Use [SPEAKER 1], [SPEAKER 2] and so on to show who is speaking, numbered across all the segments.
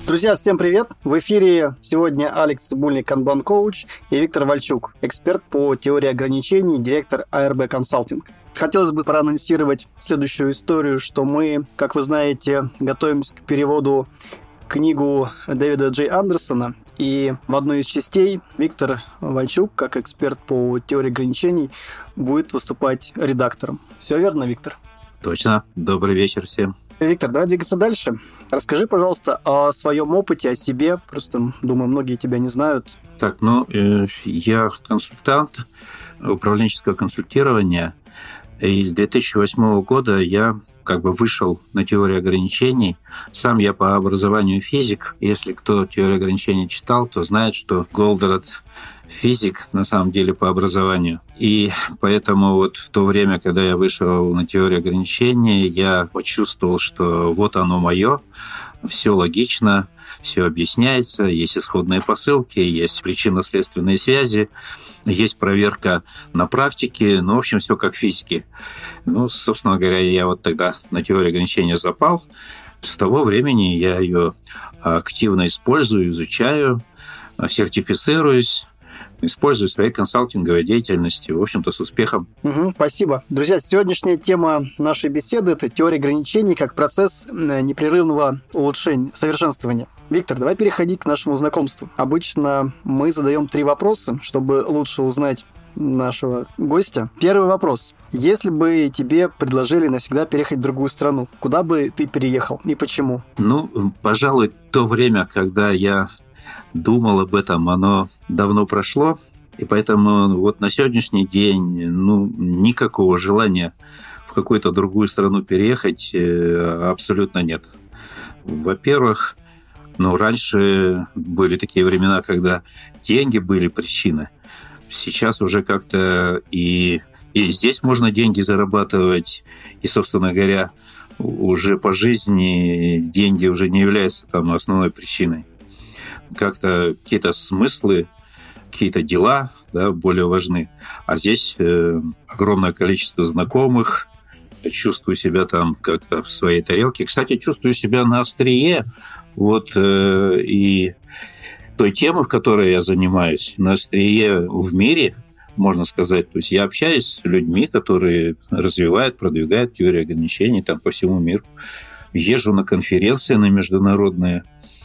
[SPEAKER 1] Друзья, всем привет! В эфире сегодня Алекс Цибульник, Kanban-коуч, и Виктор Вальчук, эксперт по теории ограничений, директор ARB Consulting. Хотелось бы проанонсировать следующую историю, что мы, как вы знаете, готовимся к переводу книгу Дэвида Джей Андерсона, и в одной из частей Виктор Вальчук, как эксперт по теории ограничений, будет выступать редактором. Все верно, Виктор?
[SPEAKER 2] Точно. Добрый вечер всем.
[SPEAKER 1] Виктор, давай двигаться дальше. Расскажи, пожалуйста, о своем опыте, о себе. Просто, думаю, многие тебя не знают.
[SPEAKER 2] Так, я консультант управленческого консультирования. И с 2008 года я вышел на теорию ограничений. Сам я по образованию физик. Если кто теорию ограничений читал, то знает, что Голдрат физик на самом деле по образованию. И поэтому в то время, когда я вышел на теорию ограничений, я почувствовал, что вот оно мое, все логично, все объясняется, есть исходные посылки, есть причинно-следственные связи, есть проверка на практике, в общем, все как в физике. Собственно говоря, я тогда на теорию ограничения запал. С того времени я ее активно использую, изучаю, сертифицируюсь, использую в своей консалтинговой деятельности, в общем-то, с успехом.
[SPEAKER 1] Спасибо. Друзья, сегодняшняя тема нашей беседы – это теория ограничений как процесс непрерывного улучшения, совершенствования. Виктор, давай переходить к нашему знакомству. Обычно мы задаем 3 вопроса, чтобы лучше узнать нашего гостя. Первый вопрос. Если бы тебе предложили навсегда переехать в другую страну, куда бы ты переехал и почему?
[SPEAKER 2] Пожалуй, то время, когда я думал об этом, оно давно прошло, и поэтому на сегодняшний день никакого желания в какую-то другую страну переехать абсолютно нет. Во-первых, раньше были такие времена, когда деньги были причиной. Сейчас уже как-то и здесь можно деньги зарабатывать, и, собственно говоря, уже по жизни деньги уже не являются основной причиной. Как-то какие-то смыслы, какие-то дела более важны. А здесь огромное количество знакомых, чувствую себя как-то в своей тарелке. Кстати, чувствую себя на острие и той темы, в которой я занимаюсь, на острие в мире, можно сказать. То есть я общаюсь с людьми, которые развивают, продвигают теорию ограничений по всему миру. Езжу на конференции, на международные.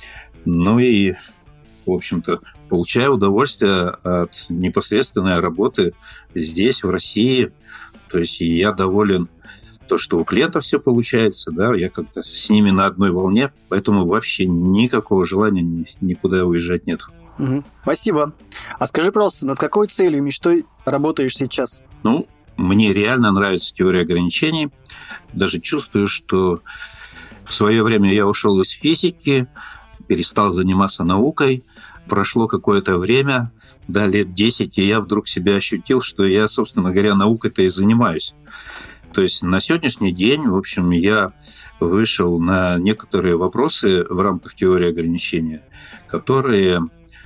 [SPEAKER 2] И, в общем-то, получаю удовольствие от непосредственной работы здесь, в России. То есть я доволен то, что у клиентов все получается, я как-то с ними на одной волне, поэтому вообще никакого желания никуда уезжать нет.
[SPEAKER 1] Спасибо. А скажи, пожалуйста, над какой целью, мечтой работаешь сейчас?
[SPEAKER 2] Мне реально нравится теория ограничений. Даже чувствую, что в свое время я ушел из физики, перестал заниматься наукой. Прошло какое-то время, лет 10, и я вдруг себя ощутил, что я, собственно говоря, наукой-то и занимаюсь. То есть на сегодняшний день, в общем, я вышел на некоторые вопросы в рамках теории ограничения, которые,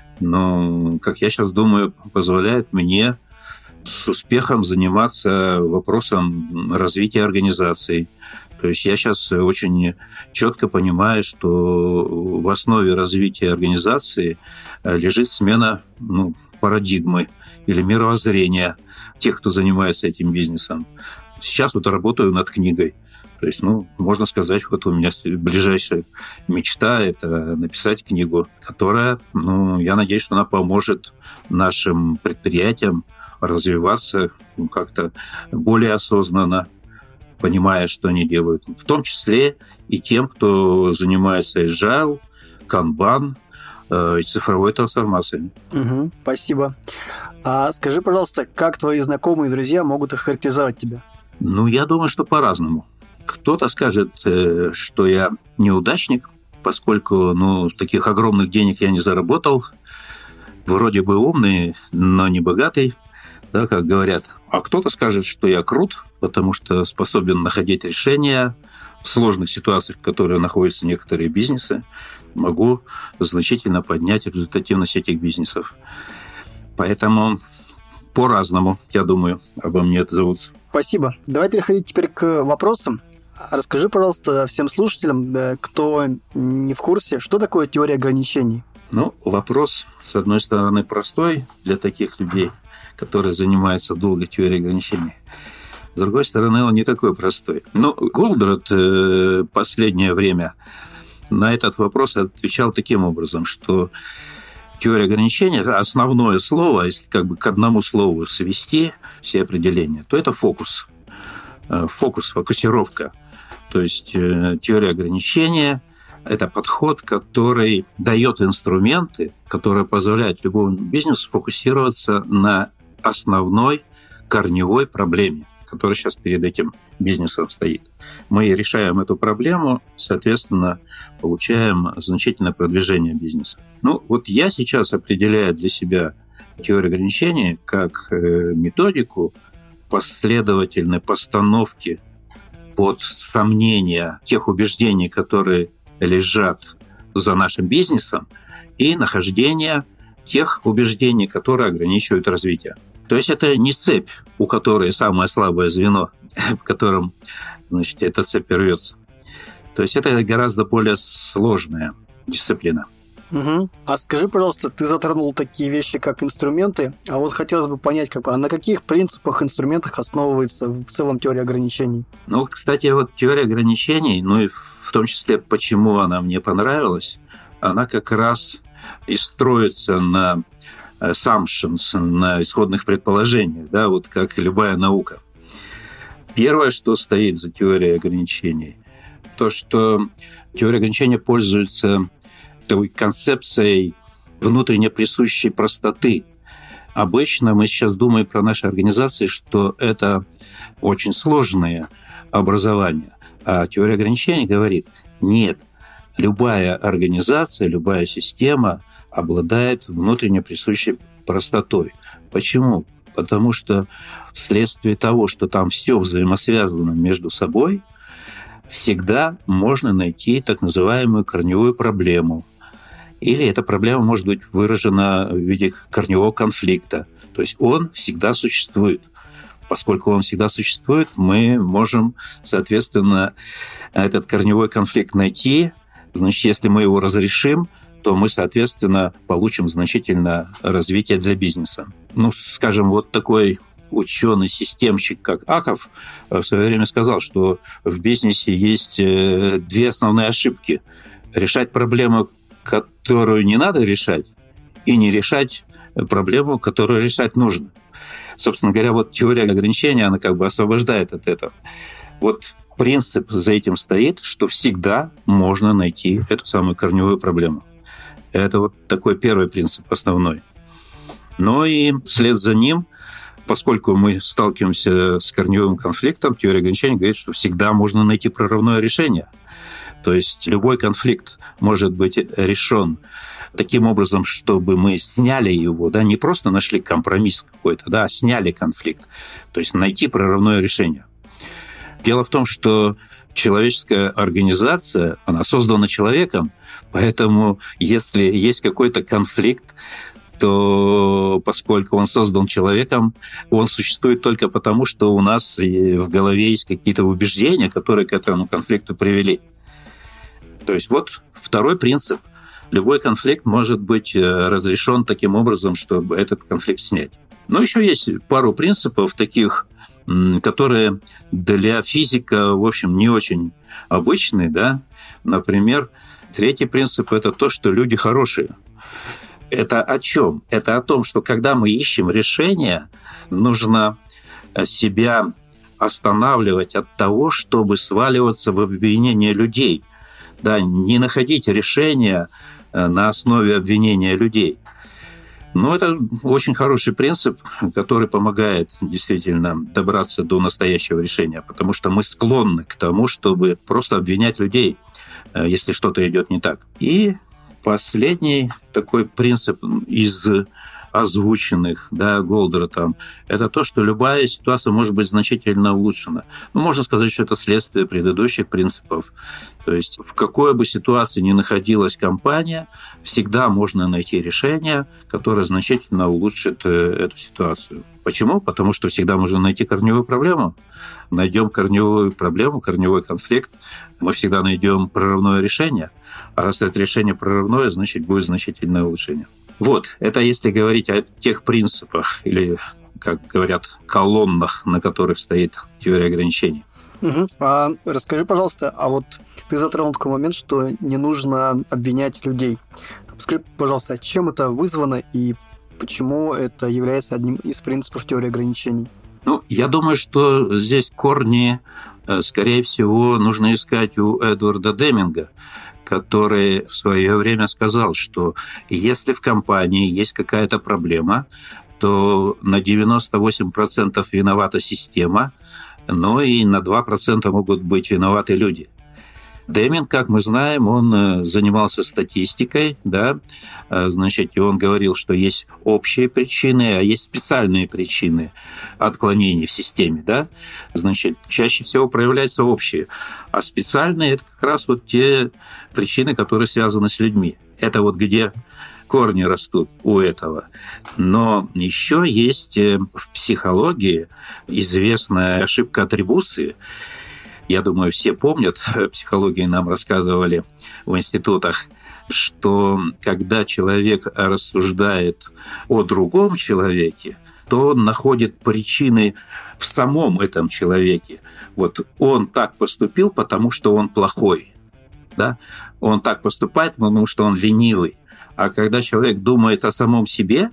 [SPEAKER 2] как я сейчас думаю, позволяют мне с успехом заниматься вопросом развития организаций. То есть я сейчас очень четко понимаю, что в основе развития организации лежит смена парадигмы или мировоззрения тех, кто занимается этим бизнесом. Сейчас работаю над книгой. То есть, можно сказать, у меня ближайшая мечта – это написать книгу, которая, я надеюсь, что она поможет нашим предприятиям развиваться как-то более осознанно, понимая, что они делают. В том числе и тем, кто занимается agile, Kanban и цифровой трансформацией.
[SPEAKER 1] Спасибо. А скажи, пожалуйста, как твои знакомые и друзья могут охарактеризовать тебя?
[SPEAKER 2] Я думаю, что по-разному. Кто-то скажет, что я неудачник, поскольку таких огромных денег я не заработал. Вроде бы умный, но не богатый, как говорят. А кто-то скажет, что я крут, потому что способен находить решения в сложных ситуациях, в которых находятся некоторые бизнесы. Могу значительно поднять результативность этих бизнесов. Поэтому по-разному, я думаю, обо мне отзовутся.
[SPEAKER 1] Спасибо. Давай переходить теперь к вопросам. Расскажи, пожалуйста, всем слушателям, кто не в курсе, что такое теория ограничений?
[SPEAKER 2] Вопрос, с одной стороны, простой для таких людей, которые занимаются долго теорией ограничений. С другой стороны, он не такой простой. Голдрат в последнее время на этот вопрос отвечал таким образом, что теория ограничений, основное слово, если к одному слову свести все определения, то это фокус. Фокусировка. То есть теория ограничения – это подход, который дает инструменты, которые позволяют любому бизнесу фокусироваться на основной корневой проблеме, которая сейчас перед этим бизнесом стоит. Мы решаем эту проблему, соответственно, получаем значительное продвижение бизнеса. Я сейчас определяю для себя теорию ограничений как методику последовательной постановки под сомнение тех убеждений, которые лежат за нашим бизнесом, и нахождение тех убеждений, которые ограничивают развитие. То есть это не цепь, у которой самое слабое звено, в котором, эта цепь рвется. То есть это гораздо более сложная дисциплина.
[SPEAKER 1] Угу. А скажи, пожалуйста, ты затронул такие вещи, как инструменты, а вот хотелось бы понять, а на каких принципах, инструментах основывается в целом теория ограничений?
[SPEAKER 2] Кстати, теория ограничений, и в том числе, почему она мне понравилась, она как раз и строится на assumptions, на исходных предположениях, как и любая наука. Первое, что стоит за теорией ограничений, то, что теория ограничений пользуется такой концепцией внутренне присущей простоты. Обычно мы сейчас думаем про наши организации, что это очень сложные образования. А теория ограничений говорит, нет, любая организация, любая система обладает внутренне присущей простотой. Почему? Потому что вследствие того, что там все взаимосвязано между собой, всегда можно найти так называемую корневую проблему. Или эта проблема может быть выражена в виде корневого конфликта. То есть он всегда существует. Поскольку он всегда существует, мы можем, соответственно, этот корневой конфликт найти. Значит, если мы его разрешим, то мы, соответственно, получим значительное развитие для бизнеса. Скажем, такой ученый-системщик, как Аков, в свое время сказал, что в бизнесе есть две основные ошибки. Решать проблему, которую не надо решать, и не решать проблему, которую решать нужно. Собственно говоря, теория ограничения, она освобождает от этого. Принцип за этим стоит, что всегда можно найти эту самую корневую проблему. Это такой первый принцип основной. И вслед за ним, поскольку мы сталкиваемся с корневым конфликтом, теория ограничений говорит, что всегда можно найти прорывное решение. То есть любой конфликт может быть решен таким образом, чтобы мы сняли его, не просто нашли компромисс какой-то, а сняли конфликт. То есть найти прорывное решение. Дело в том, что человеческая организация, она создана человеком, поэтому если есть какой-то конфликт, то поскольку он создан человеком, он существует только потому, что у нас в голове есть какие-то убеждения, которые к этому конфликту привели. То есть второй принцип. Любой конфликт может быть разрешен таким образом, чтобы этот конфликт снять. Но еще есть пару принципов таких, которые для физика, в общем, не очень обычные. Например, третий принцип – это то, что люди хорошие. Это о чем? Это о том, что когда мы ищем решение, нужно себя останавливать от того, чтобы сваливаться в обвинение людей. Не находить решения на основе обвинения людей. Это очень хороший принцип, который помогает действительно добраться до настоящего решения, потому что мы склонны к тому, чтобы просто обвинять людей, если что-то идет не так. И последний такой принцип из озвученных, да, Голдратом, это то, что любая ситуация может быть значительно улучшена. Ну, можно сказать, что это следствие предыдущих принципов. То есть в какой бы ситуации ни находилась компания, всегда можно найти решение, которое значительно улучшит эту ситуацию. Почему? Потому что всегда можно найти корневую проблему. Найдем корневую проблему, корневой конфликт, мы всегда найдем прорывное решение. А раз это решение прорывное, значит, будет значительное улучшение. Вот, это если говорить о тех принципах или, как говорят, колоннах, на которых стоит теория ограничений.
[SPEAKER 1] Угу. А расскажи, пожалуйста, а вот ты затронул такой момент, что не нужно обвинять людей. Скажи, пожалуйста, чем это вызвано и почему это является одним из принципов теории ограничений?
[SPEAKER 2] Ну, я думаю, что здесь корни, скорее всего, нужно искать у Эдварда Деминга, который в свое время сказал, что если в компании есть какая-то проблема, то на 98% виновата система, но и на 2% могут быть виноваты люди. Деминг, как мы знаем, он занимался статистикой, да, значит, и он говорил, что есть общие причины, а есть специальные причины отклонений в системе, да, значит, чаще всего проявляются общие, а специальные – это как раз вот те причины, которые связаны с людьми. Это вот где корни растут у этого. Но еще есть в психологии известная ошибка атрибуции. Я думаю, все помнят, в психологии нам рассказывали в институтах, что когда человек рассуждает о другом человеке, то он находит причины в самом этом человеке. Вот он так поступил, потому что он плохой. Да? Он так поступает, потому что он ленивый. А когда человек думает о самом себе,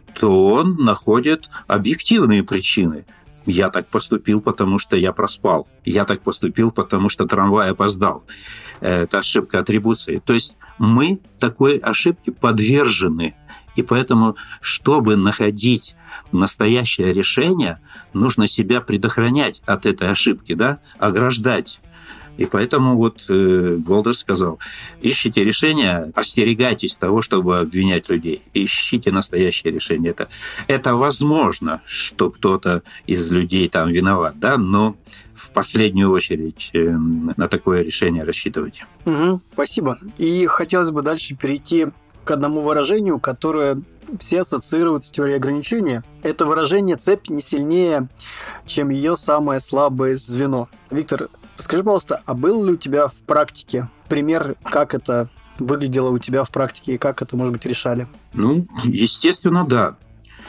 [SPEAKER 2] то он находит объективные причины. Я так поступил, потому что я проспал. Я так поступил, потому что трамвай опоздал. Это ошибка атрибуции. То есть мы такой ошибке подвержены. И поэтому, чтобы находить настоящее решение, нужно себя предохранять от этой ошибки, да? Ограждать. И поэтому вот Голдер сказал, ищите решение, остерегайтесь того, чтобы обвинять людей, ищите настоящее решение. Это возможно, что кто-то из людей там виноват, да, но в последнюю очередь на такое решение рассчитывайте.
[SPEAKER 1] Угу, спасибо. И хотелось бы дальше перейти к одному выражению, которое все ассоциируют с теорией ограничения. Это выражение «цепь не сильнее, чем ее самое слабое звено». Виктор, расскажи, пожалуйста, а был ли у тебя в практике пример, как это выглядело у тебя в практике и как это, может быть, решали?
[SPEAKER 2] Ну, естественно, да.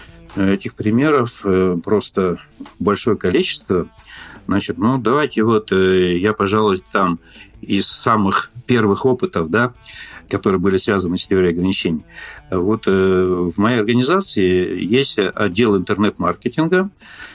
[SPEAKER 2] Этих примеров просто большое количество. Значит, ну, давайте вот я, пожалуй, там из самых первых опытов, да, которые были связаны с теорией ограничений. Вот в моей организации есть отдел интернет-маркетинга,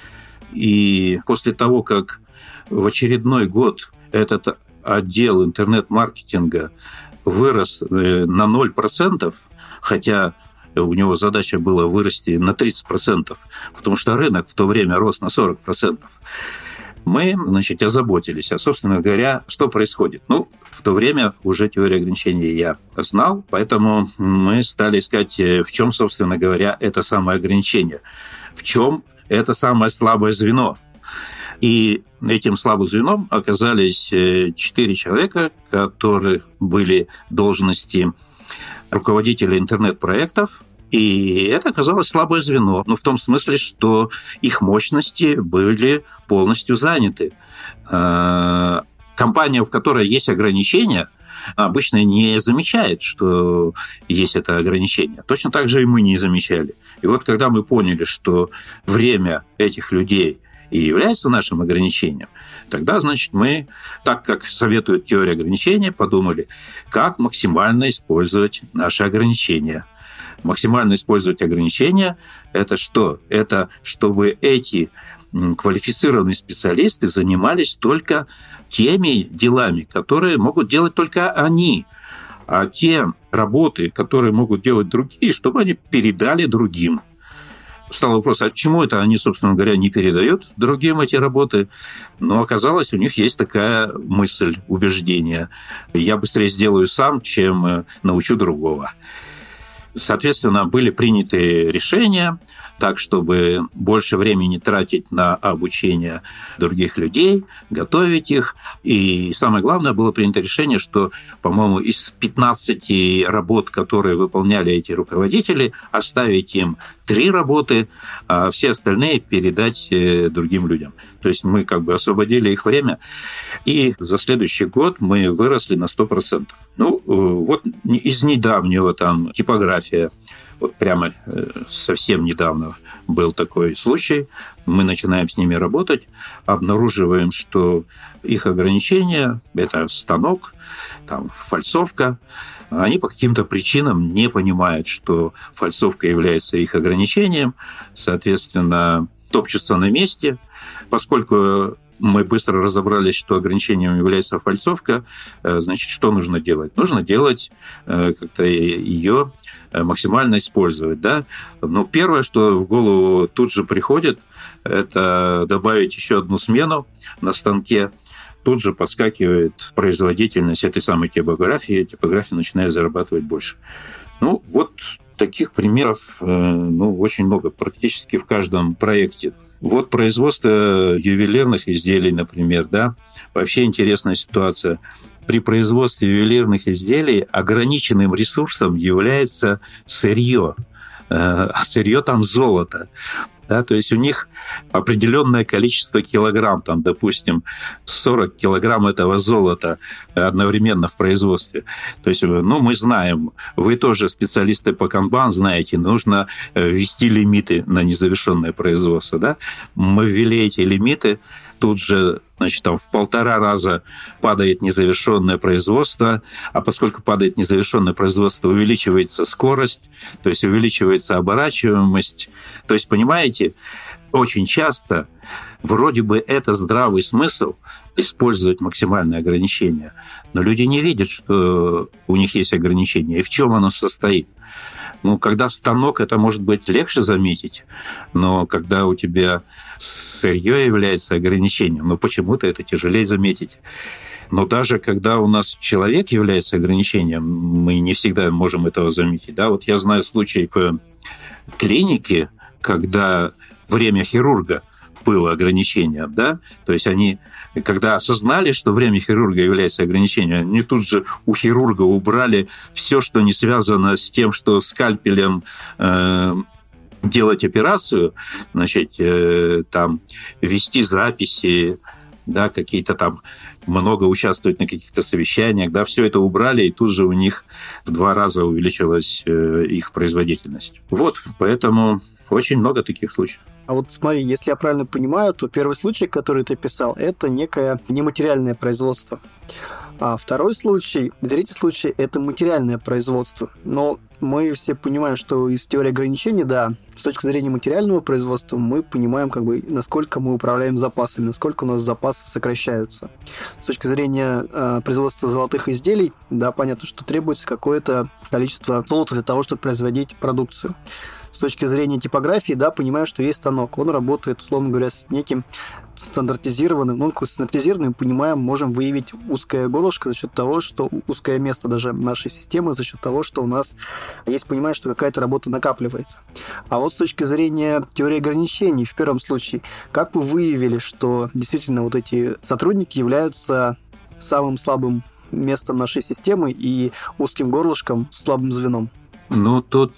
[SPEAKER 2] и после того, как в очередной год этот отдел интернет-маркетинга вырос на 0%, хотя у него задача была вырасти на 30%, потому что рынок в то время рос на 40%. Мы, значит, озаботились. А, собственно говоря, что происходит? Ну, в то время уже теорию ограничений я знал, поэтому мы стали искать, в чем, собственно говоря, это самое ограничение, в чем это самое слабое звено. И этим слабым звеном оказались 4 человека, которых были должности руководителя интернет-проектов. И это оказалось слабое звено. Ну, в том смысле, что их мощности были полностью заняты. Компания, в которой есть ограничения, обычно не замечает, что есть это ограничение. Точно так же и мы не замечали. И вот когда мы поняли, что время этих людей и является нашим ограничением, тогда, значит, мы, так как советует теория ограничения, подумали, как максимально использовать наши ограничения. Максимально использовать ограничения – это что? Это чтобы эти квалифицированные специалисты занимались только теми делами, которые могут делать только они, а те работы, которые могут делать другие, чтобы они передали другим. Стал вопрос, а почему это они, собственно говоря, не передают другим эти работы? Но оказалось, у них есть такая мысль, убеждение. Я быстрее сделаю сам, чем научу другого. Соответственно, были приняты решения так, чтобы больше времени тратить на обучение других людей, готовить их. И самое главное, было принято решение, что, по-моему, из 15 работ, которые выполняли эти руководители, оставить им 3 работы, а все остальные передать другим людям. То есть мы как бы освободили их время, и за следующий год мы выросли на 100%. Ну, вот из недавнего там типография, вот прямо совсем недавно был такой случай. Мы начинаем с ними работать, обнаруживаем, что их ограничения – это станок, там, фальцовка. Они по каким-то причинам не понимают, что фальцовка является их ограничением, соответственно, топчутся на месте. Поскольку мы быстро разобрались, что ограничением является фальцовка, значит, что нужно делать? Нужно делать как-то ее максимально использовать. Да? Но первое, что в голову тут же приходит, это добавить еще одну смену на станке. Тут же подскакивает производительность этой самой типографии начинает зарабатывать больше. Ну, вот таких примеров очень много, практически в каждом проекте. Вот производство ювелирных изделий, например, да, вообще интересная ситуация. При производстве ювелирных изделий ограниченным ресурсом является сырье. А сырье там золото. Да, то есть у них определенное количество килограмм, там, допустим, 40 килограмм этого золота одновременно в производстве. То есть, мы знаем, вы тоже специалисты по канбан, знаете, нужно ввести лимиты на незавершенное производство. Да? Мы ввели эти лимиты, тут же, значит, там в 1,5 раза падает незавершенное производство, а поскольку падает незавершенное производство, увеличивается скорость, то есть увеличивается оборачиваемость. То есть, понимаете, очень часто вроде бы это здравый смысл использовать максимальные ограничения, но люди не видят, что у них есть ограничения, и в чем оно состоит. Когда станок, это может быть легче заметить, но когда у тебя сырье является ограничением, почему-то это тяжелее заметить. Но даже когда у нас человек является ограничением, мы не всегда можем этого заметить. Да? Вот я знаю случай в клинике, когда время хирурга было ограничением, да, то есть они, когда осознали, что время хирурга является ограничением, они тут же у хирурга убрали все, что не связано с тем, что скальпелем делать операцию, значит, там вести записи, да, какие-то там много участвовать на каких-то совещаниях, да, все это убрали, и тут же у них в 2 раза увеличилась их производительность. Вот, поэтому очень много таких случаев.
[SPEAKER 1] А вот смотри, если я правильно понимаю, то первый случай, который ты писал, это некое нематериальное производство. А второй случай, третий случай, это материальное производство. Но мы все понимаем, что из теории ограничений, да, с точки зрения материального производства мы понимаем, насколько мы управляем запасами, насколько у нас запасы сокращаются. С точки зрения производства золотых изделий, да, понятно, что требуется какое-то количество золота для того, чтобы производить продукцию. С точки зрения типографии, да, понимаю, что есть станок. Он работает, условно говоря, с неким стандартизированным, какой-то стандартизированный, понимаем, можем выявить узкое горлышко за счет того, что узкое место даже нашей системы, за счет того, что у нас есть понимание, что какая-то работа накапливается. А вот с точки зрения теории ограничений, в первом случае, как вы выявили, что действительно вот эти сотрудники являются самым слабым местом нашей системы и узким горлышком, слабым звеном?
[SPEAKER 2] Тут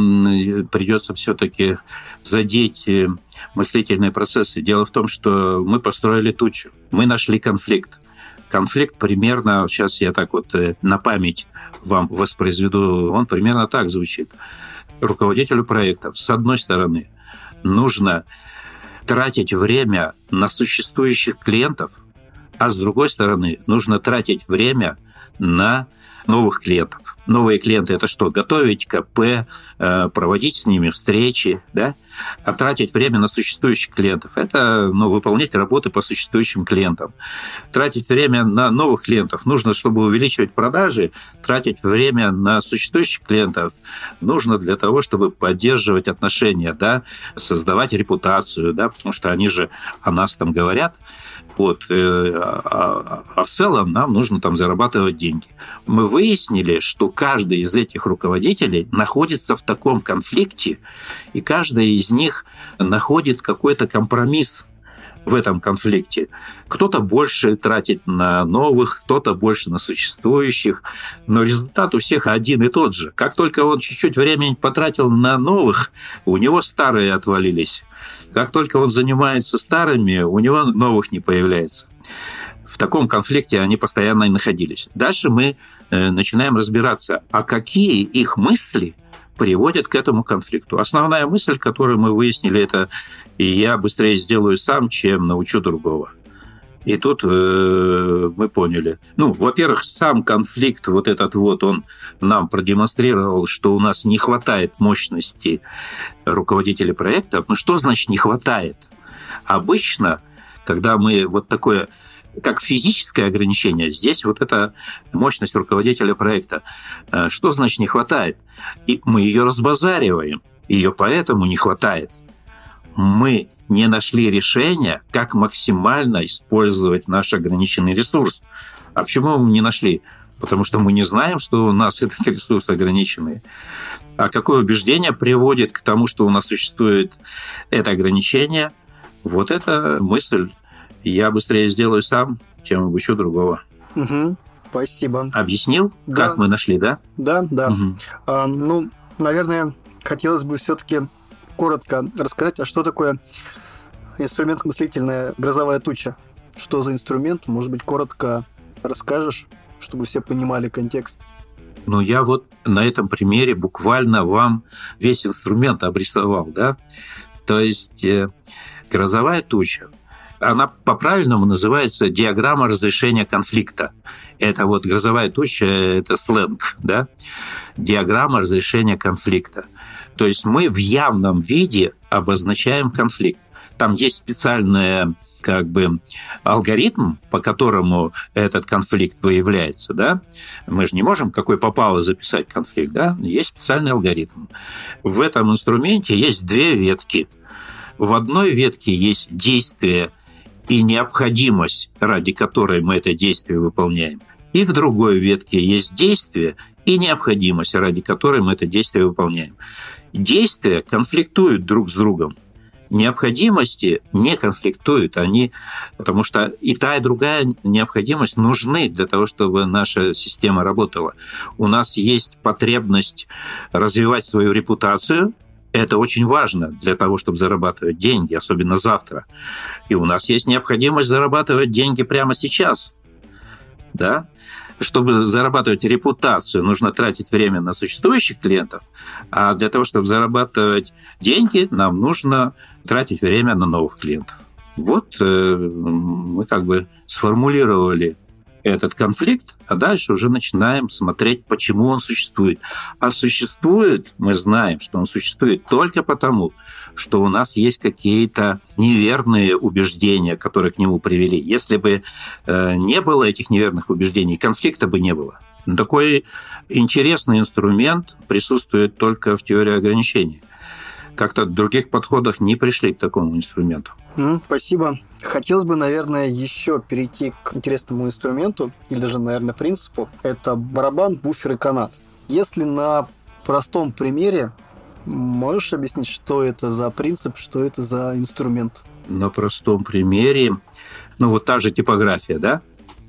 [SPEAKER 2] придется все-таки задеть мыслительные процессы. Дело в том, что мы построили тучу, мы нашли конфликт. Конфликт примерно, сейчас я так вот на память вам воспроизведу, он примерно так звучит. Руководителю проектов, с одной стороны, нужно тратить время на существующих клиентов, а с другой стороны, нужно тратить время на новых клиентов. Новые клиенты – это что? Готовить КП, проводить с ними встречи, да? А тратить время на существующих клиентов – это выполнять работы по существующим клиентам. Тратить время на новых клиентов нужно, чтобы увеличивать продажи. Тратить время на существующих клиентов нужно для того, чтобы поддерживать отношения, да? Создавать репутацию, да? Потому что они же о нас там говорят. Вот. А в целом нам нужно там зарабатывать деньги. Мы выяснили, что каждый из этих руководителей находится в таком конфликте, и каждый из них находит какой-то компромисс в этом конфликте. Кто-то больше тратит на новых, кто-то больше на существующих, но результат у всех один и тот же. Как только он чуть-чуть времени потратил на новых, у него старые отвалились. Как только он занимается старыми, у него новых не появляется. В таком конфликте они постоянно и находились. Дальше мы начинаем разбираться, а какие их мысли приводят к этому конфликту. Основная мысль, которую мы выяснили, это «я быстрее сделаю сам, чем научу другого». И тут мы поняли. Во-первых, сам конфликт вот этот вот, он нам продемонстрировал, что у нас не хватает мощности руководителей проектов. Что значит не хватает? Обычно, когда мы вот такое, как физическое ограничение, здесь вот эта мощность руководителя проекта. Что значит не хватает? И мы ее разбазариваем. Ее поэтому не хватает. Мы не нашли решения, как максимально использовать наш ограниченный ресурс. А почему мы не нашли? Потому что мы не знаем, что у нас этот ресурс ограниченный. А какое убеждение приводит к тому, что у нас существует это ограничение? Вот эта мысль. Я быстрее сделаю сам, чем обучу другого.
[SPEAKER 1] Угу, спасибо.
[SPEAKER 2] Объяснил,
[SPEAKER 1] да.
[SPEAKER 2] Как мы нашли, да?
[SPEAKER 1] Да.
[SPEAKER 2] Угу.
[SPEAKER 1] Наверное, хотелось бы все-таки коротко рассказать, а что такое инструмент мыслительная грозовая туча? Что за инструмент? Может быть, коротко расскажешь, чтобы все понимали контекст?
[SPEAKER 2] Я вот на этом примере буквально вам весь инструмент обрисовал, да? То есть грозовая туча, она по-правильному называется диаграмма разрешения конфликта. Это вот грозовая туча, это сленг, да? Диаграмма разрешения конфликта. То есть мы в явном виде обозначаем конфликт. Там есть специальный алгоритм, по которому этот конфликт выявляется, да? Мы же не можем какой попало записать конфликт, да? Есть специальный алгоритм. В этом инструменте есть две ветки. В одной ветке есть действие и необходимость, ради которой мы это действие выполняем. И в другой ветке есть действие и необходимость, ради которой мы это действие выполняем. Действия конфликтуют друг с другом. Необходимости не конфликтуют, потому что и та, и другая необходимость нужны для того, чтобы наша система работала. У нас есть потребность развивать свою репутацию. Это очень важно для того, чтобы зарабатывать деньги, особенно завтра. И у нас есть необходимость зарабатывать деньги прямо сейчас. Да? Чтобы зарабатывать репутацию, нужно тратить время на существующих клиентов, а для того, чтобы зарабатывать деньги, нам нужно тратить время на новых клиентов. Вот мы сформулировали этот конфликт, а дальше уже начинаем смотреть, почему он существует. А существует, мы знаем, что он существует только потому, что у нас есть какие-то неверные убеждения, которые к нему привели. Если бы не было этих неверных убеждений, конфликта бы не было. Такой интересный инструмент присутствует только в теории ограничений. Как-то в других подходах не пришли к такому инструменту.
[SPEAKER 1] Спасибо. Хотелось бы, наверное, еще перейти к интересному инструменту, или даже, наверное, принципу. Это барабан, буфер и канат. Если на простом примере, можешь объяснить, что это за принцип, что это за инструмент?
[SPEAKER 2] На простом примере, та же типография, да?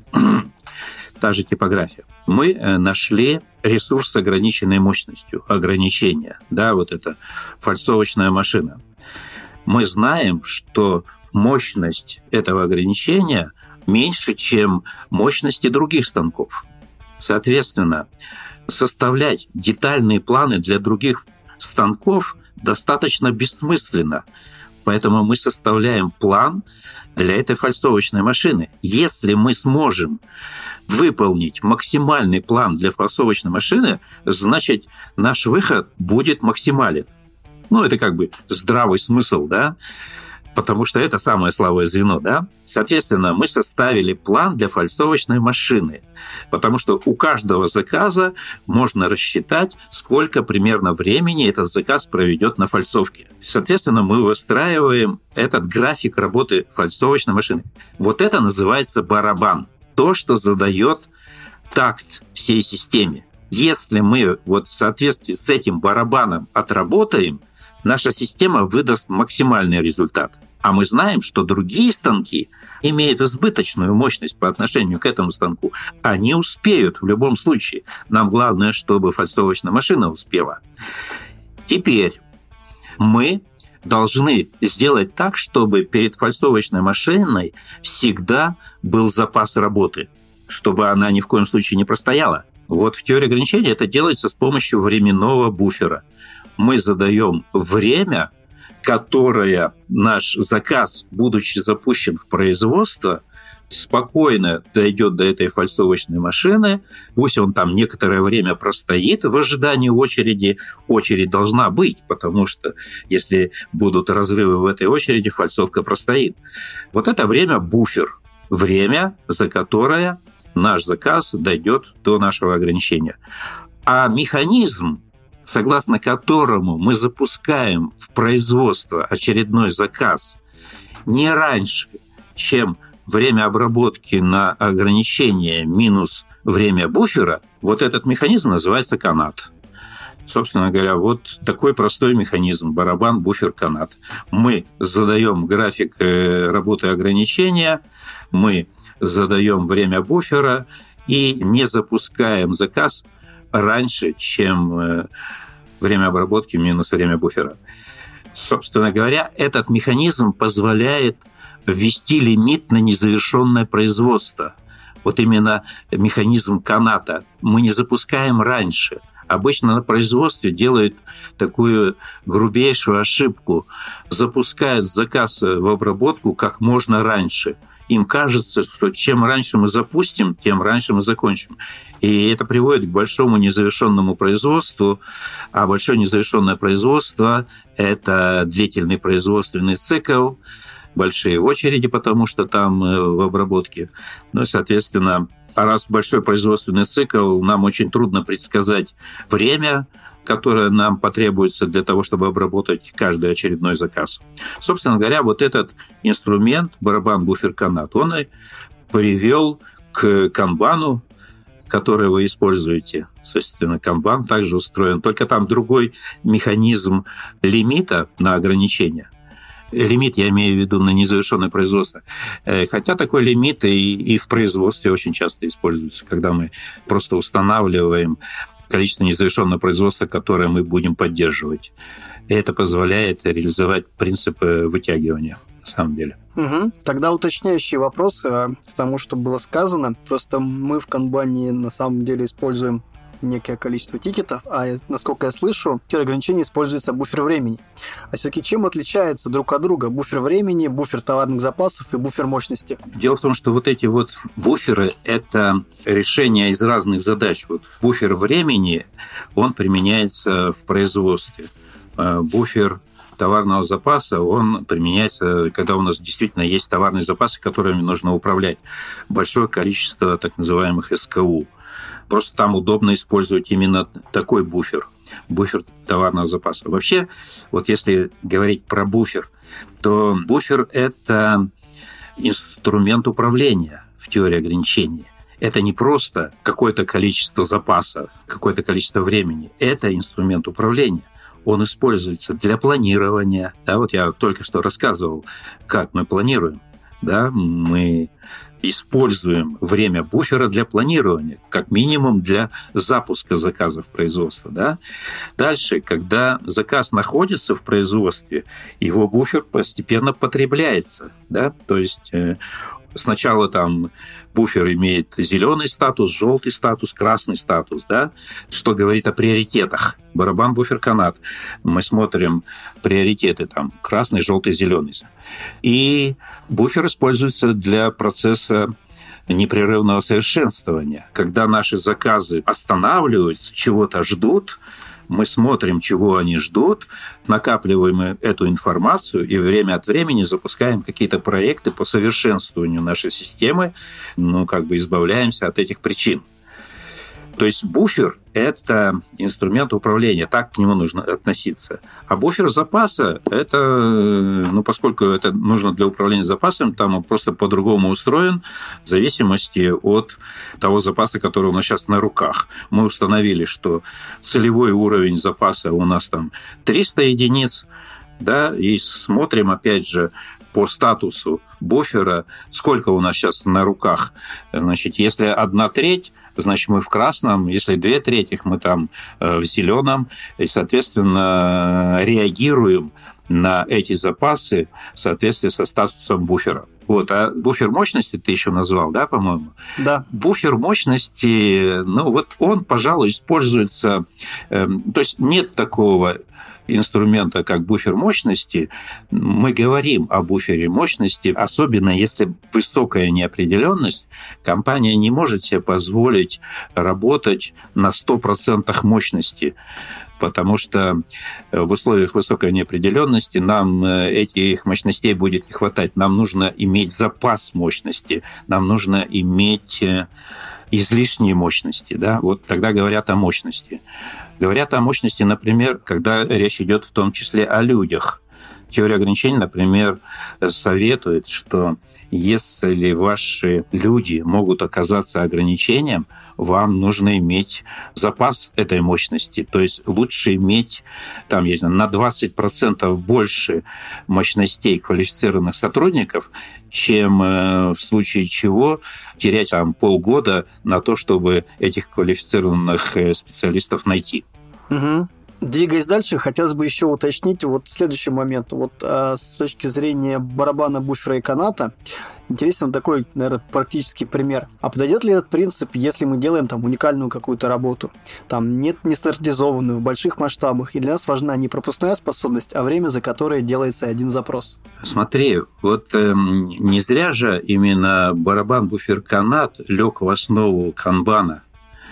[SPEAKER 2] Та же типография. Мы нашли ресурс с ограниченной мощностью, ограничение, да, вот это фальцовочная машина. Мы знаем, что мощность этого ограничения меньше, чем мощности других станков. Соответственно, составлять детальные планы для других станков достаточно бессмысленно. Поэтому мы составляем план для этой фальцовочной машины. Если мы сможем выполнить максимальный план для фальцовочной машины, значит, наш выход будет максимален. Это здравый смысл, да? Потому что это самое слабое звено, да? Соответственно, мы составили план для фальцовочной машины, потому что у каждого заказа можно рассчитать, сколько примерно времени этот заказ проведет на фальцовке. Соответственно, мы выстраиваем этот график работы фальцовочной машины. Вот это называется барабан. То, что задает такт всей системе. Если мы вот в соответствии с этим барабаном отработаем, наша система выдаст максимальный результат. А мы знаем, что другие станки имеют избыточную мощность по отношению к этому станку. Они успеют в любом случае. Нам главное, чтобы фальцовочная машина успела. Теперь мы должны сделать так, чтобы перед фальцовочной машиной всегда был запас работы, чтобы она ни в коем случае не простояла. Вот в теории ограничений это делается с помощью временного буфера. Мы задаем время, которое наш заказ, будучи запущен в производство, спокойно дойдет до этой фальцовочной машины, пусть он там некоторое время простоит в ожидании очереди. Очередь должна быть, потому что если будут разрывы в этой очереди, фальцовка простоит. Вот это время буфер, время, за которое наш заказ дойдет до нашего ограничения. А механизм, согласно которому мы запускаем в производство очередной заказ не раньше, чем время обработки на ограничение минус время буфера, вот этот механизм называется канат. Собственно говоря, вот такой простой механизм: барабан, буфер, канат. Мы задаем график работы ограничения, мы задаем время буфера и не запускаем заказ раньше, чем время обработки минус время буфера. Собственно говоря, этот механизм позволяет ввести лимит на незавершенное производство. Вот именно механизм каната. Мы не запускаем раньше. Обычно на производстве делают такую грубейшую ошибку. Запускают заказ в обработку как можно раньше. Им кажется, что чем раньше мы запустим, тем раньше мы закончим. И это приводит к большому незавершенному производству. А большое незавершенное производство – это длительный производственный цикл, большие очереди, потому что там в обработке. Ну и, соответственно, раз большой производственный цикл, нам очень трудно предсказать время, которое нам потребуется для того, чтобы обработать каждый очередной заказ. Собственно говоря, вот этот инструмент, барабан, буфер, канат, он и привел к канбану, который вы используете. Собственно, канбан также устроен, только там другой механизм лимита на ограничение. Лимит я имею в виду на незавершенное производство. Хотя такой лимит и в производстве очень часто используется, когда мы просто устанавливаем количество незавершенного производства, которое мы будем поддерживать. И это позволяет реализовать принципы вытягивания, на самом деле.
[SPEAKER 1] Угу. Тогда уточняющие вопросы к тому, что было сказано. Просто мы в канбане на самом деле используем некое количество тикетов, а насколько я слышу, в теории ограничений используется буфер времени. А все-таки чем отличается друг от друга буфер времени, буфер товарных запасов и буфер мощности?
[SPEAKER 2] Дело в том, что вот эти вот буферы – это решение из разных задач. Вот буфер времени, он применяется в производстве. Буфер товарного запаса, он применяется, когда у нас действительно есть товарные запасы, которыми нужно управлять. Большое количество так называемых СКУ. Просто там удобно использовать именно такой буфер товарного запаса. Вообще, вот если говорить про буфер, то буфер – это инструмент управления в теории ограничений. Это не просто какое-то количество запаса, какое-то количество времени. Это инструмент управления. Он используется для планирования. Да, вот я только что рассказывал, как мы планируем. Да, мы используем время буфера для планирования, как минимум для запуска заказа в производство. Да? Дальше, когда заказ находится в производстве, его буфер постепенно потребляется. Да? То есть сначала там буфер имеет зеленый статус, желтый статус, красный статус, да? Что говорит о приоритетах. Барабан, буфер, канат. Мы смотрим приоритеты там красный, желтый, зеленый. И буфер используется для процесса непрерывного совершенствования. Когда наши заказы останавливаются, чего-то ждут, мы смотрим, чего они ждут, накапливаем эту информацию и время от времени запускаем какие-то проекты по совершенствованию нашей системы, избавляемся от этих причин. То есть буфер – это инструмент управления, так к нему нужно относиться. А буфер запаса – это, поскольку это нужно для управления запасом, там он просто по-другому устроен в зависимости от того запаса, который у нас сейчас на руках. Мы установили, что целевой уровень запаса у нас там 300 единиц, да, и смотрим, опять же, по статусу буфера, сколько у нас сейчас на руках. Значит, если 1/3, значит, мы в красном, если 2/3, мы там в зеленом, и, соответственно, реагируем на эти запасы в соответствии со статусом буфера. Вот. А буфер мощности ты еще назвал, да, по-моему?
[SPEAKER 1] Да.
[SPEAKER 2] Буфер мощности, он, пожалуй, используется... То есть нет такого инструмента, как буфер мощности. Мы говорим о буфере мощности, особенно если высокая неопределенность, компания не может себе позволить работать на 100% мощности, потому что в условиях высокой неопределенности нам этих мощностей будет не хватать. Нам нужно иметь запас мощности, нам нужно иметь излишние мощности. Да? Вот тогда говорят о мощности. Говорят о мощности, например, когда речь идет в том числе о людях. Теория ограничений, например, советует, что если ваши люди могут оказаться ограничением, вам нужно иметь запас этой мощности. То есть лучше иметь там, я знаю, на 20% больше мощностей квалифицированных сотрудников, чем в случае чего терять там полгода на то, чтобы этих квалифицированных специалистов найти.
[SPEAKER 1] Угу. Двигаясь дальше, хотелось бы еще уточнить следующий момент. С точки зрения барабана, буфера и каната, интересен такой, наверное, практический пример. А подойдет ли этот принцип, если мы делаем там уникальную какую-то работу? Там не стандартизованную, в больших масштабах, и для нас важна не пропускная способность, а время, за которое делается один запрос.
[SPEAKER 2] Смотри, не зря же именно барабан, буфер, канат лег в основу канбана.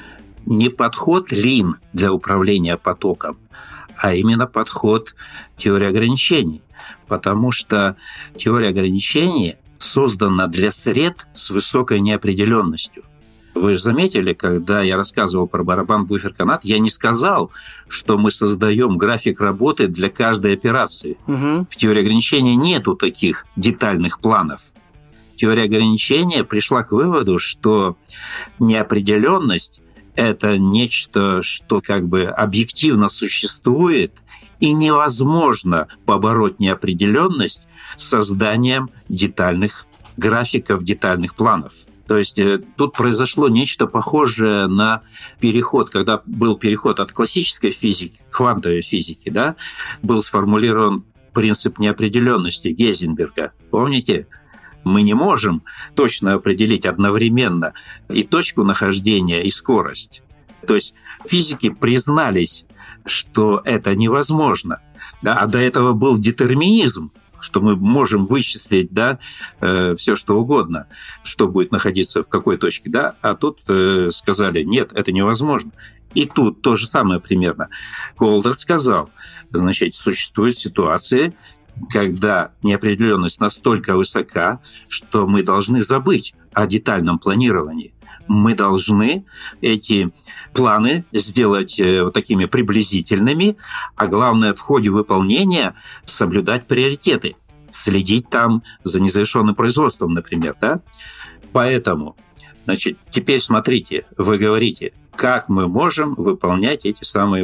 [SPEAKER 2] Не подход Lean для управления потоком, а именно подход теории ограничений. Потому что теория ограничений создана для сред с высокой неопределенностью. Вы же заметили, когда я рассказывал про барабан, буфер, канат, я не сказал, что мы создаем график работы для каждой операции. Угу. В теории ограничений нету таких детальных планов. Теория ограничения пришла к выводу, что неопределенность – это нечто, что объективно существует, и невозможно побороть неопределенность созданием детальных графиков, детальных планов. То есть тут произошло нечто похожее на переход, когда был переход от классической физики к квантовой физике, да, был сформулирован принцип неопределенности Гейзенберга. Помните? Мы не можем точно определить одновременно и точку нахождения, и скорость. То есть физики признались, что это невозможно. Да? А до этого был детерминизм, что мы можем вычислить, да, все что угодно, что будет находиться в какой точке. Да? А тут сказали, нет, это невозможно. И тут то же самое примерно. Колдер сказал, значит, существуют ситуации, когда неопределенность настолько высока, что мы должны забыть о детальном планировании. Мы должны эти планы сделать такими приблизительными, а главное, в ходе выполнения соблюдать приоритеты, следить там за незавершенным производством, например. Да? Поэтому, значит, теперь смотрите, вы говорите, как мы можем выполнять эти самые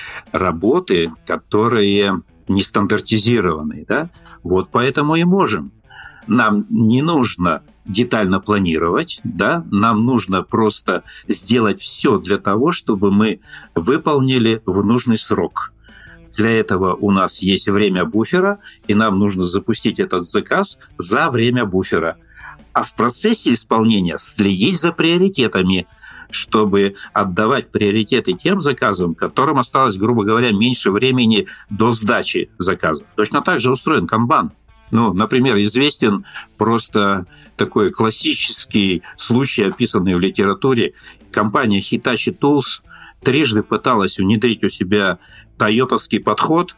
[SPEAKER 2] работы, которые не стандартизированные, да? Вот поэтому и можем. Нам не нужно детально планировать, да? Нам нужно просто сделать все для того, чтобы мы выполнили в нужный срок. Для этого у нас есть время буфера, и нам нужно запустить этот заказ за время буфера. А в процессе исполнения следить за приоритетами, чтобы отдавать приоритеты тем заказам, которым осталось, грубо говоря, меньше времени до сдачи заказов. Точно так же устроен канбан. Например, известен просто такой классический случай, описанный в литературе. Компания Hitachi Tools трижды пыталась внедрить у себя тойотовский подход,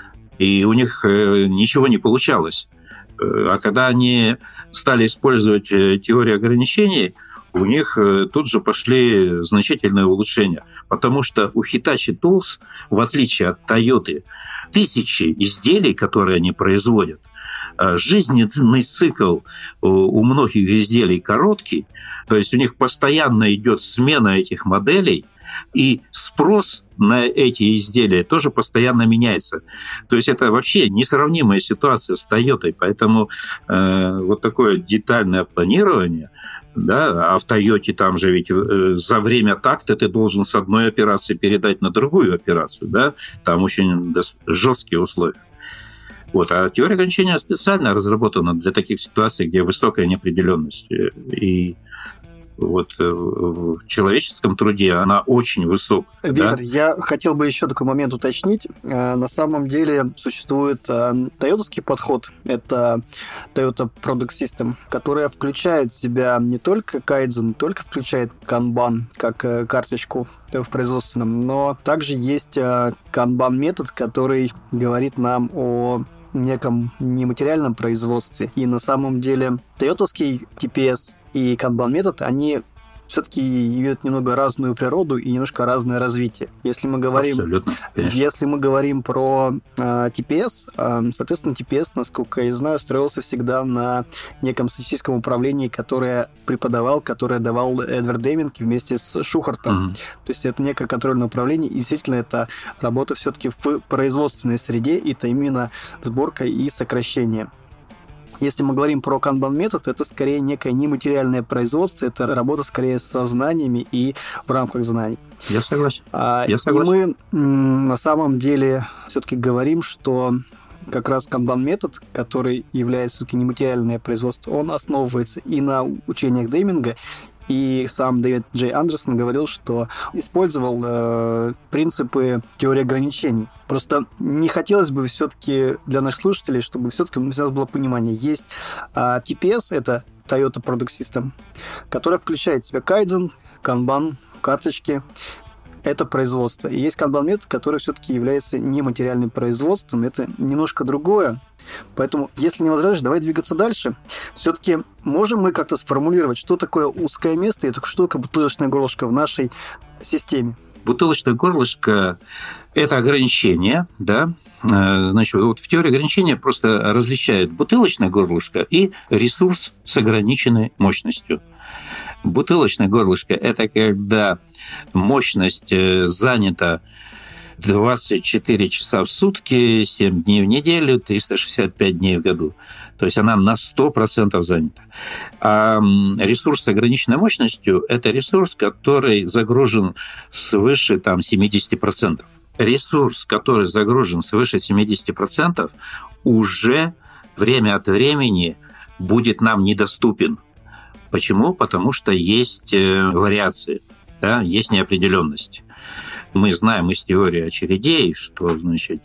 [SPEAKER 2] и у них ничего не получалось. А когда они стали использовать теорию ограничений, у них тут же пошли значительные улучшения. Потому что у Hitachi Tools, в отличие от Toyota, тысячи изделий, которые они производят, жизненный цикл у многих изделий короткий, то есть у них постоянно идет смена этих моделей, и спрос на эти изделия тоже постоянно меняется. То есть это вообще несравнимая ситуация с Toyota, поэтому вот такое детальное планирование, да, а в Toyota там же ведь за время такта ты должен с одной операции передать на другую операцию, да, там очень жесткие условия. Вот. А теория ограничения специально разработана для таких ситуаций, где высокая неопределенность. И вот в человеческом труде она очень высока.
[SPEAKER 1] Виктор,
[SPEAKER 2] да?
[SPEAKER 1] я хотел бы еще такой момент уточнить. На самом деле существует тойотовский подход, это Toyota Product System, которая включает в себя не только кайдзен, не только включает канбан как карточку в производственном, но также есть канбан-метод, который говорит нам о неком нематериальном производстве. И на самом деле тойотовский TPS и канбан-метод, они все-таки имеют немного разную природу и немножко разное развитие. Если мы говорим про TPS, соответственно, TPS, насколько я знаю, строился всегда на неком статистическом управлении, которое давал Эдвард Деминг вместе с Шухартом. То есть это некое контрольное управление, и действительно это работа все-таки в производственной среде, и это именно сборка и сокращение. Если мы говорим про канбан-метод, это скорее некое нематериальное производство, это работа скорее со знаниями и в рамках знаний.
[SPEAKER 2] Я согласен.
[SPEAKER 1] И мы на самом деле все-таки говорим, что как раз канбан-метод, который является все-таки нематериальное производство, он основывается и на учениях Деминга, и сам Дэвид Джей Андерсон говорил, что использовал принципы теории ограничений. Просто не хотелось бы все-таки для наших слушателей, чтобы все-таки у нас было понимание. Есть TPS, это Toyota Product System, которая включает в себя кайдзен, канбан, карточки. Это производство. И есть канбан-метод, который все-таки является нематериальным производством. Это немножко другое. Поэтому, если не возражаешь, давай двигаться дальше. Все-таки можем мы как-то сформулировать, что такое узкое место и что такое бутылочное горлышко в нашей системе?
[SPEAKER 2] Бутылочное горлышко – это ограничение, да. Значит, вот в теории ограничения просто различают бутылочное горлышко и ресурс с ограниченной мощностью. Бутылочное горлышко – это когда мощность занята 24 часа в сутки, 7 дней в неделю, 365 дней в году. То есть она на 100% занята. А ресурс с ограниченной мощностью – это ресурс, который загружен свыше 70%. Ресурс, который загружен свыше 70%, уже время от времени будет нам недоступен. Почему? Потому что есть вариации, да, есть неопределенность. Мы знаем из теории очередей, что значит,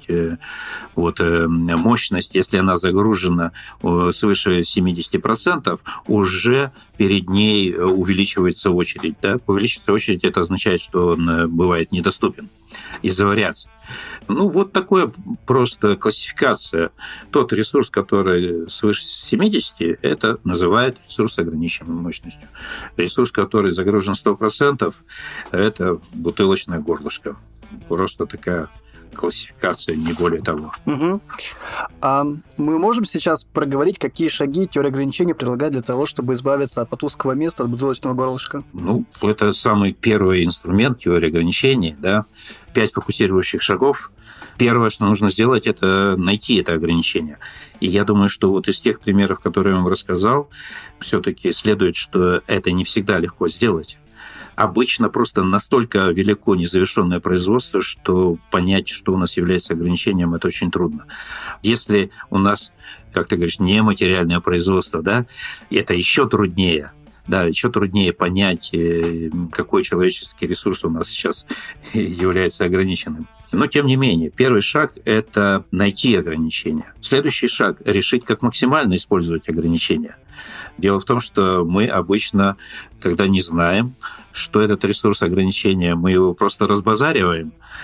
[SPEAKER 2] мощность, если она загружена свыше 70%, уже перед ней увеличивается очередь. Да? Увеличивается очередь, это означает, что он бывает недоступен из-за вариаций. Вот такое просто классификация. Тот ресурс, который свыше 70, это называют ресурс с ограниченной мощностью. Ресурс, который загружен 100%, это бутылочное горлышко. Просто такая классификация, не более того.
[SPEAKER 1] Угу. А мы можем сейчас проговорить, какие шаги теория ограничений предлагает для того, чтобы избавиться от узкого места, от бутылочного горлышка?
[SPEAKER 2] Это самый первый инструмент теории ограничений, да. 5 фокусирующих шагов. Первое, что нужно сделать, это найти это ограничение. И я думаю, что из тех примеров, которые я вам рассказал, все-таки следует, что это не всегда легко сделать. Обычно просто настолько велико незавершенное производство, что понять, что у нас является ограничением, это очень трудно. Если у нас, как ты говоришь, нематериальное производство, да, это еще труднее. Да, еще труднее понять, какой человеческий ресурс у нас сейчас является ограниченным. Но, тем не менее, первый шаг – это найти ограничения. Следующий шаг – решить, как максимально использовать ограничения. Дело в том, что мы обычно, когда не знаем, что этот ресурс ограничения, мы его просто разбазариваем.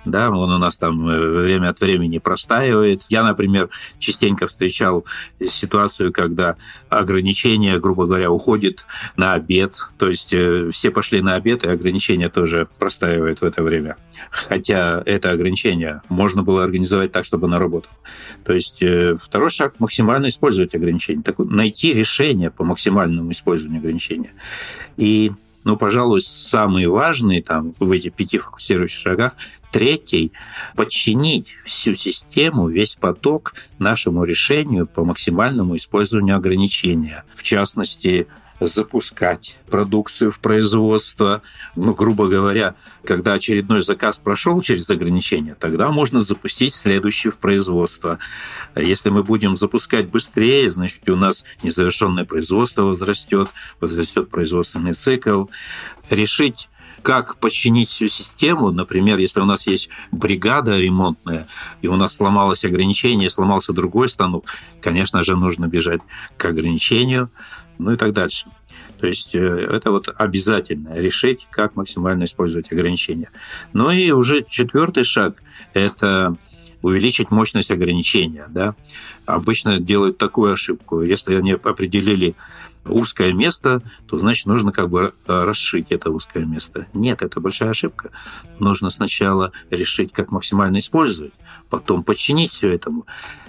[SPEAKER 2] да, он у нас там время от времени простаивает. Я, например, частенько встречал ситуацию, когда ограничение, грубо говоря, уходит на обед, то есть все пошли на обед, и ограничение тоже простаивает в это время. Хотя это ограничение можно было организовать так, чтобы оно работало. То есть второй шаг – максимально использовать ограничения, найти решение по максимальному использованию ограничения. И пожалуй, самый важный там, в этих 5 фокусирующих шагах, третий – подчинить всю систему, весь поток нашему решению по максимальному использованию ограничения. В частности, запускать продукцию в производство. Грубо говоря, когда очередной заказ прошел через ограничения, тогда можно запустить следующий в производство. Если мы будем запускать быстрее, значит, у нас незавершенное производство возрастет производственный цикл. Решить, как подчинить всю систему. Например, если у нас есть бригада ремонтная, и у нас сломалось ограничение, сломался другой станок, конечно же, нужно бежать к ограничению, и так дальше. То есть это обязательно решить, как максимально использовать ограничения. И уже 4-й шаг – это увеличить мощность ограничения. Да? Обычно делают такую ошибку. Если они определили узкое место, то, значит, нужно расшить это узкое место. Нет, это большая ошибка. Нужно сначала решить, как максимально использовать, потом подчинить все этому.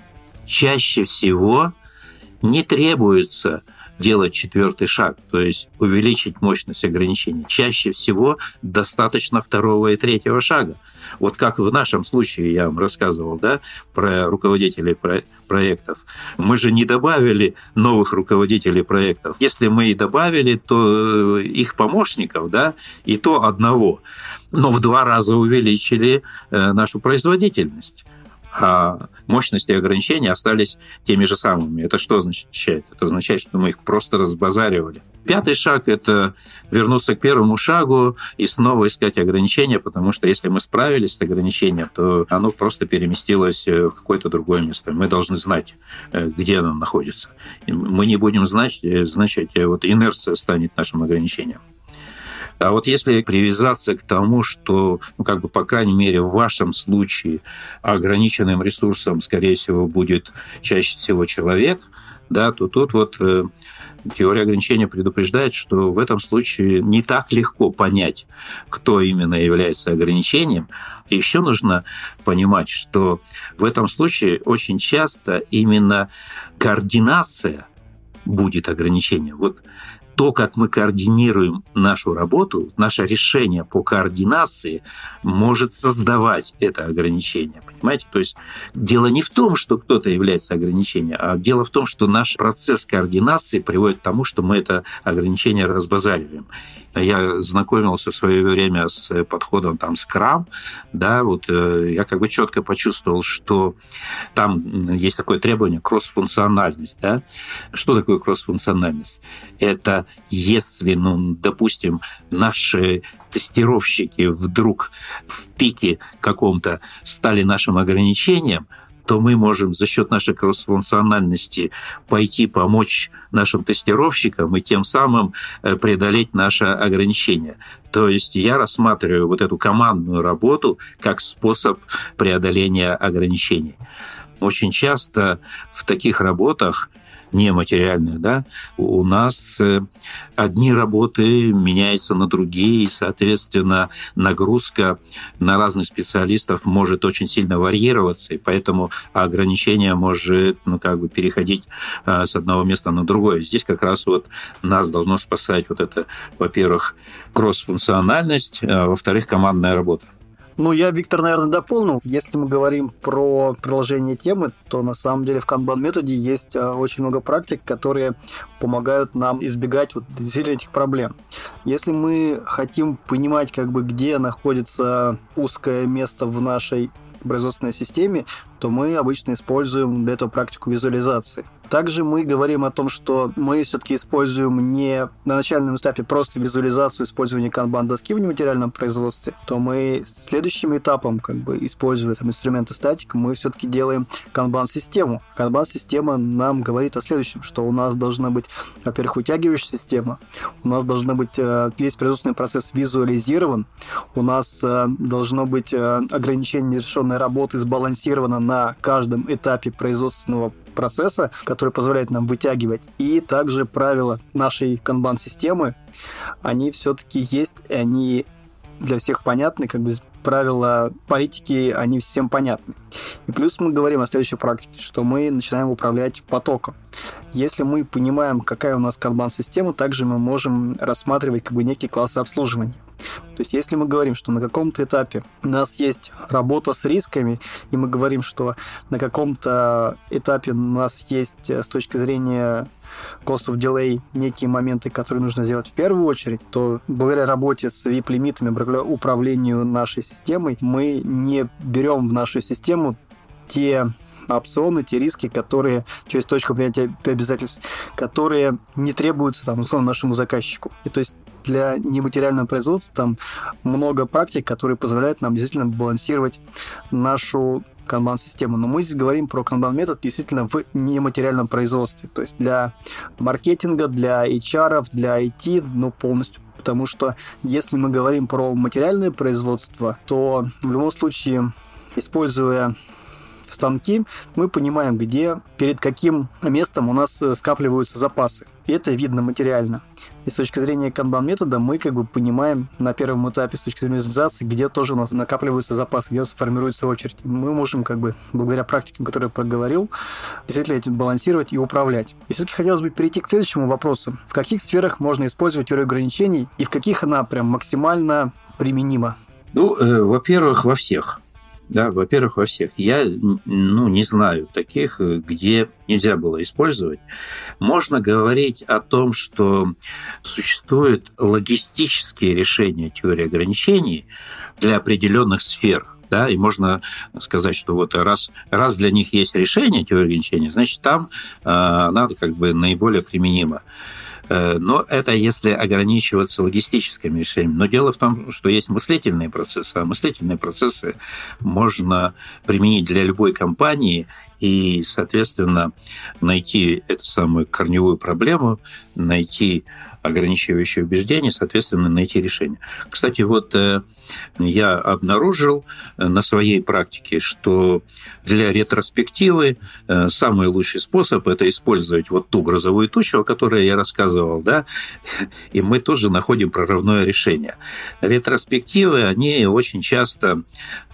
[SPEAKER 2] Чаще всего не требуется делать 4-й шаг, то есть увеличить мощность ограничений. Чаще всего достаточно 2-го и 3-го шага. Вот как в нашем случае я вам рассказывал, да, про руководителей проектов. Мы же не добавили новых руководителей проектов. Если мы и добавили, то их помощников, да, и то одного. Но в 2 раза увеличили нашу производительность. А мощности и ограничения остались теми же самыми. Это что означает? Это означает, что мы их просто разбазаривали. 5-й шаг – это вернуться к 1-му шагу и снова искать ограничения, потому что если мы справились с ограничением, то оно просто переместилось в какое-то другое место. Мы должны знать, где оно находится. Мы не будем знать, значит, инерция станет нашим ограничением. А если привязаться к тому, что, по крайней мере, в вашем случае ограниченным ресурсом, скорее всего, будет чаще всего человек, да, то тут теория ограничения предупреждает, что в этом случае не так легко понять, кто именно является ограничением. И еще нужно понимать, что в этом случае очень часто именно координация будет ограничением. То, как мы координируем нашу работу, наше решение по координации может создавать это ограничение. Понимаете? То есть дело не в том, что кто-то является ограничением, а дело в том, что наш процесс координации приводит к тому, что мы это ограничение разбазариваем. Я знакомился в свое время с подходом Scrum, да, я четко почувствовал, что там есть такое требование кроссфункциональность, да. Что такое кроссфункциональность? Это если, допустим, наши тестировщики вдруг в пике каком-то стали нашим ограничением, то мы можем за счет нашей кроссфункциональности пойти помочь нашим тестировщикам и тем самым преодолеть наше ограничение. То есть я рассматриваю эту командную работу как способ преодоления ограничений. Очень часто в таких работах нематериальных, да, у нас одни работы меняются на другие, и, соответственно, нагрузка на разных специалистов может очень сильно варьироваться, и поэтому ограничение может переходить с одного места на другое. Здесь как раз нас должно спасать это, во-первых, кроссфункциональность, а во-вторых, командная работа.
[SPEAKER 1] Я, Виктор, наверное, дополнил. Если мы говорим про приложение темы, то на самом деле в Kanban-методе есть очень много практик, которые помогают нам избегать действительно этих проблем. Если мы хотим понимать, где находится узкое место в нашей производственной системе, то мы обычно используем для этого практику визуализации. Также мы говорим о том, что мы все-таки используем не на начальном этапе просто визуализацию использования канбан-доски в нематериальном производстве, то мы следующим этапом, используя инструменты статик, мы все-таки делаем канбан-систему. Канбан-система нам говорит о следующем, что у нас должна быть, во-первых, вытягивающая система, у нас должна быть весь производственный процесс визуализирован, у нас должно быть ограничение нерешенной работы сбалансировано на каждом этапе производственного процесса, который позволяет нам вытягивать. И также правила нашей канбан-системы, они все-таки есть, и они для всех понятны, правила политики, они всем понятны. И плюс мы говорим о следующей практике, что мы начинаем управлять потоком. Если мы понимаем, какая у нас канбан-система, также мы можем рассматривать некие классы обслуживания. То есть, если мы говорим, что на каком-то этапе у нас есть работа с рисками, и мы говорим, что на каком-то этапе у нас есть с точки зрения cost of delay некие моменты, которые нужно сделать в первую очередь, то благодаря работе с VIP-лимитами, благодаря управлению нашей системой, мы не берем в нашу систему те опционы, те риски, которые через точку принятия обязательств, которые не требуются, условно, нашему заказчику. И то есть для нематериального производства там много практик, которые позволяют нам действительно балансировать нашу канбан-систему. Но мы здесь говорим про канбан-метод действительно в нематериальном производстве. То есть для маркетинга, для HR, для IT, полностью. Потому что если мы говорим про материальное производство, то в любом случае, используя станки, мы понимаем, перед каким местом у нас скапливаются запасы. И это видно материально. И с точки зрения канбан-метода мы понимаем на первом этапе, с точки зрения визуализации, где тоже у нас накапливаются запасы, где у нас формируется очередь. И мы можем, благодаря практикам, которые я проговорил, действительно этим балансировать и управлять. И все-таки хотелось бы перейти к следующему вопросу. В каких сферах можно использовать теорию ограничений и в каких она прям максимально применима?
[SPEAKER 2] Во-первых, во всех. Да, во-первых, во всех. Я не знаю таких, где нельзя было использовать. Можно говорить о том, что существуют логистические решения теории ограничений для определенных сфер. Да, и можно сказать, что раз для них есть решение теории ограничений, значит, там она наиболее применима. Но это если ограничиваться логистическими решениями. Но дело в том, что есть мыслительные процессы, а мыслительные процессы можно применить для любой компании и, соответственно, найти эту самую корневую проблему, найти ограничивающие убеждения, соответственно, найти решение. Кстати, я обнаружил на своей практике, что для ретроспективы самый лучший способ – это использовать ту грозовую тучу, о которой я рассказывал, да, и мы тоже находим прорывное решение. Ретроспективы, они очень часто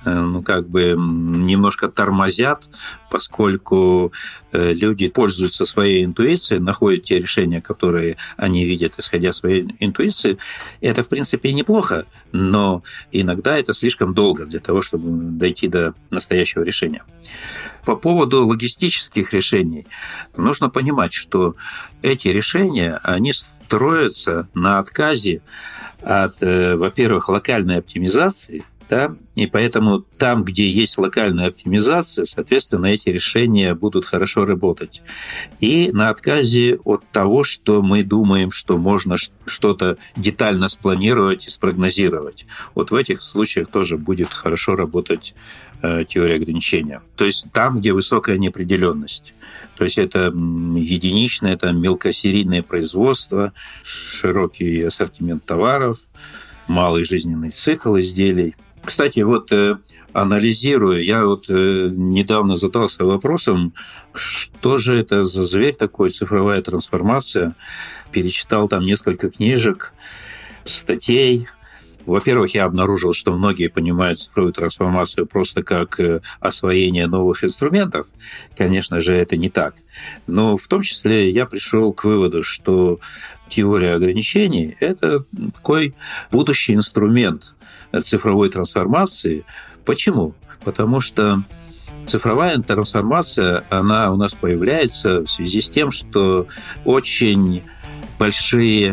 [SPEAKER 2] немножко тормозят, поскольку люди пользуются своей интуицией, находят те решения, которые они видят, исходя из своей интуиции. Это, в принципе, неплохо, но иногда это слишком долго для того, чтобы дойти до настоящего решения. По поводу логистических решений нужно понимать, что эти решения, они строятся на отказе от, во-первых, локальной оптимизации, да? И поэтому там, где есть локальная оптимизация, соответственно, эти решения будут хорошо работать. И на отказе от того, что мы думаем, что можно что-то детально спланировать и спрогнозировать. В этих случаях тоже будет хорошо работать теория ограничения. То есть там, где высокая неопределенность. То есть это единичное, это мелкосерийное производство, широкий ассортимент товаров, малый жизненный цикл изделий. Кстати, анализируя, я недавно задался вопросом, что же это за зверь такой, цифровая трансформация. Перечитал там несколько книжек, статей. Во-первых, я обнаружил, что многие понимают цифровую трансформацию просто как освоение новых инструментов. Конечно же, это не так. Но в том числе я пришел к выводу, что теория ограничений – это такой будущий инструмент цифровой трансформации. Почему? Потому что цифровая трансформация, она у нас появляется в связи с тем, что очень большие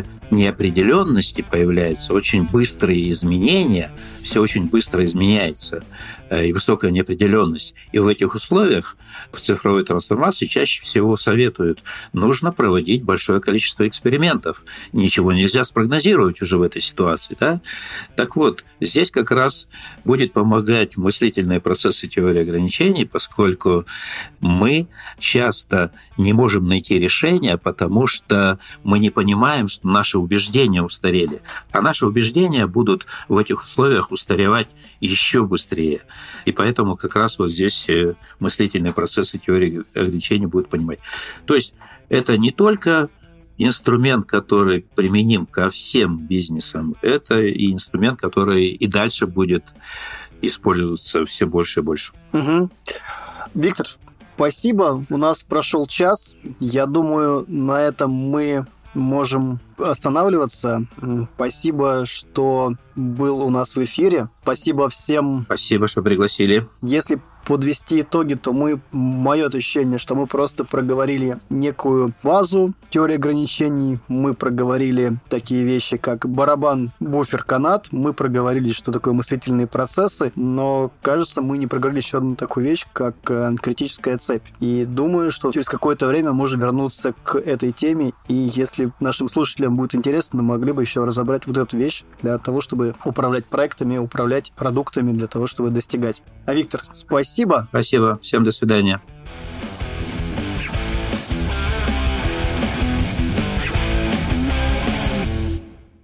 [SPEAKER 2] неопределенности появляются, очень быстрые изменения, все очень быстро изменяется. и высокая неопределенность. И в этих условиях в цифровой трансформации чаще всего советуют, нужно проводить большое количество экспериментов. Ничего нельзя спрогнозировать уже в этой ситуации. Да? Так вот, здесь как раз будет помогать мыслительные процессы теории ограничений, поскольку мы часто не можем найти решение, потому что мы не понимаем, что наши убеждения устарели. А наши убеждения будут в этих условиях устаревать еще быстрее. И поэтому как раз вот здесь мыслительные процессы теории ограничений будут понимать. То есть это не только инструмент, который применим ко всем бизнесам, это и инструмент, который и дальше будет использоваться все больше и больше.
[SPEAKER 1] Угу. Виктор, спасибо. У нас прошел час. Я думаю, на этом мы можем останавливаться. Спасибо, что был у нас в эфире. Спасибо всем.
[SPEAKER 2] Спасибо, что пригласили.
[SPEAKER 1] Если подвести итоги, то мое ощущение, что мы просто проговорили некую базу теории ограничений, мы проговорили такие вещи, как барабан, буфер, канат, мы проговорили, что такое мыслительные процессы, но, кажется, мы не проговорили еще одну такую вещь, как критическая цепь. И думаю, что через какое-то время можем вернуться к этой теме, и если нашим слушателям будет интересно, мы могли бы еще разобрать вот эту вещь для того, чтобы управлять проектами, управлять продуктами, для того, чтобы достигать. А, Виктор, спасибо.
[SPEAKER 2] Спасибо. Всем до свидания.